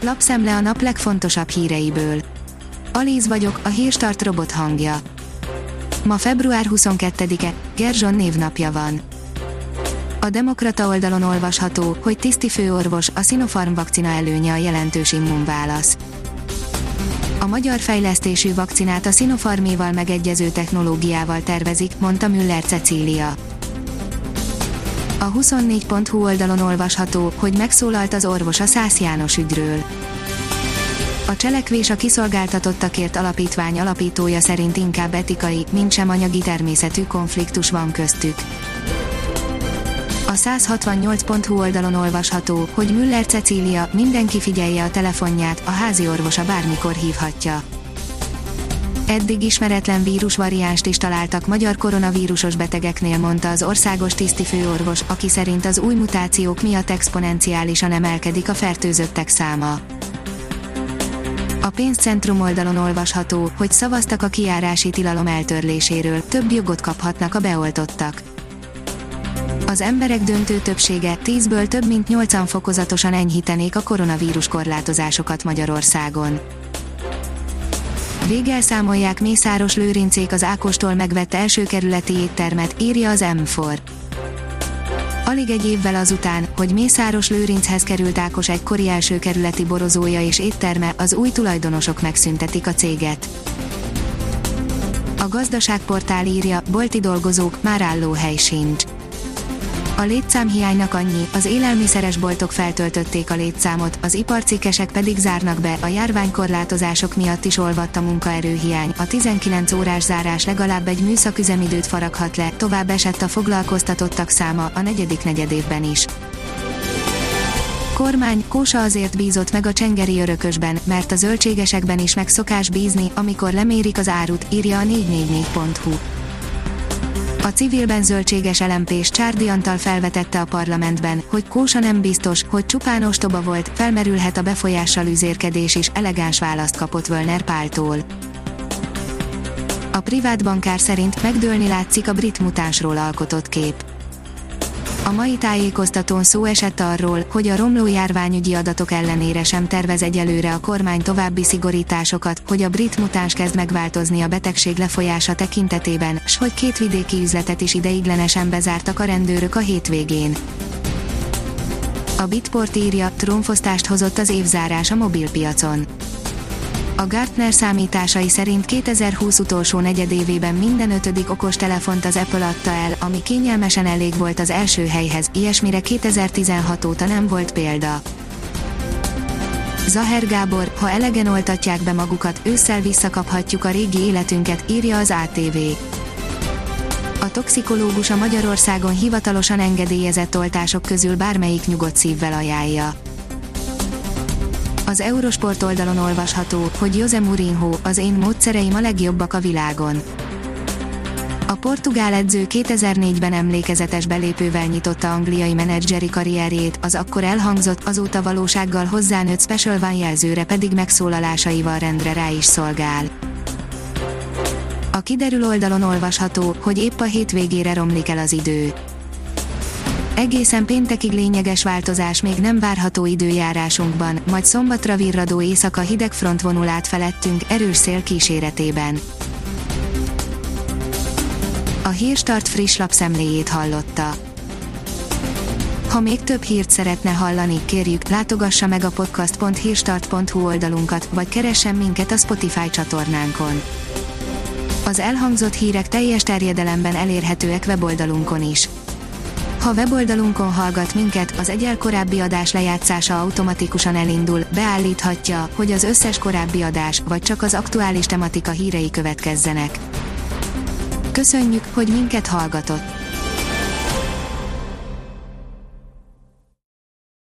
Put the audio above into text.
Lapszemle a nap legfontosabb híreiből. Alíz vagyok, a Hírstart robot hangja. Ma február 22-e, Gerzson névnapja van. A Demokrata oldalon olvasható, hogy tisztifőorvos, a Sinopharm vakcina előnye a jelentős immunválasz. A magyar fejlesztésű vakcinát a Sinopharméval megegyező technológiával tervezik, mondta Müller Cecília. A 24.hu oldalon olvasható, hogy megszólalt az orvos a Szász János ügyről. A Cselekvés a kiszolgáltatottakért alapítvány alapítója szerint inkább etikai, mintsem anyagi természetű konfliktus van köztük. A 168.hu oldalon olvasható, hogy Müller Cecília, mindenki figyelje a telefonját, a házi orvosa bármikor hívhatja. Eddig ismeretlen vírusvariánst is találtak magyar koronavírusos betegeknél, mondta az országos tisztifőorvos, aki szerint az új mutációk miatt exponenciálisan emelkedik a fertőzöttek száma. A Pénzcentrum oldalon olvasható, hogy szavaztak a kijárási tilalom eltörléséről, több jogot kaphatnak a beoltottak. Az emberek döntő többsége, 10-ből több mint 8-an fokozatosan enyhítenék a koronavírus korlátozásokat Magyarországon. Végelszámolják Mészáros Lőrincék az Ákostól megvett elsőkerületi éttermet, írja az M4. Alig egy évvel azután, hogy Mészáros Lőrinchez került Ákos egykori elsőkerületi borozója és étterme, az új tulajdonosok megszüntetik a céget. A Gazdaságportál írja, bolti dolgozók, már állóhely sincs. A létszámhiánynak annyi, az élelmiszeres boltok feltöltötték a létszámot, az iparcikkesek pedig zárnak be, a járványkorlátozások miatt is olvadt a munkaerőhiány, a 19 órás zárás legalább egy műszaküzemidőt faraghat le, tovább esett a foglalkoztatottak száma a negyedik negyedévben is. Kormány, Kósa azért bízott meg a csengeri örökösben, mert a zöldségesekben is megszokás bízni, amikor lemérik az árut, írja a 444.hu. A civilben zöldséges LMP-s Csárdi Antal felvetette a parlamentben, hogy Kósa nem biztos, hogy csupán ostoba volt, felmerülhet a befolyással üzérkedés is, elegáns választ kapott Völner Páltól. A privát bankár szerint megdőlni látszik a brit mutánsról alkotott kép. A mai tájékoztatón szó esett arról, hogy a romló járványügyi adatok ellenére sem tervez egyelőre a kormány további szigorításokat, hogy a brit mutáns kezd megváltozni a betegség lefolyása tekintetében, s hogy 2 vidéki üzletet is ideiglenesen bezártak a rendőrök a hétvégén. A Bitport írja, trónfosztást hozott az évzárás a mobilpiacon. A Gartner számításai szerint 2020 utolsó negyedévében minden 5. okostelefont az Apple adta el, ami kényelmesen elég volt az első helyhez, ilyesmire 2016 óta nem volt példa. Zaher Gábor, ha elegen oltatják be magukat, ősszel visszakaphatjuk a régi életünket, írja az ATV. A toxikológus a Magyarországon hivatalosan engedélyezett oltások közül bármelyik nyugodt szívvel ajánlja. Az Eurosport oldalon olvasható, hogy José Mourinho, az én módszereim a legjobbak a világon. A portugál edző 2004-ben emlékezetes belépővel nyitotta angliai menedzseri karrierjét, az akkor elhangzott, azóta valósággal hozzánőtt Special One jelzőre pedig megszólalásaival rendre rá is szolgál. A Kiderül oldalon olvasható, hogy épp a hétvégére romlik el az idő. Egészen péntekig lényeges változás még nem várható időjárásunkban, majd szombatra virradó éjszaka hideg front vonul át felettünk, erős szél kíséretében. A Hírstart friss lapszemléjét hallotta. Ha még több hírt szeretne hallani, kérjük, látogassa meg a podcast.hírstart.hu oldalunkat, vagy keressen minket a Spotify csatornánkon. Az elhangzott hírek teljes terjedelemben elérhetőek weboldalunkon is. Ha weboldalunkon hallgat minket, az egyel korábbi adás lejátszása automatikusan elindul, beállíthatja, hogy az összes korábbi adás, vagy csak az aktuális tematika hírei következzenek. Köszönjük, hogy minket hallgatott!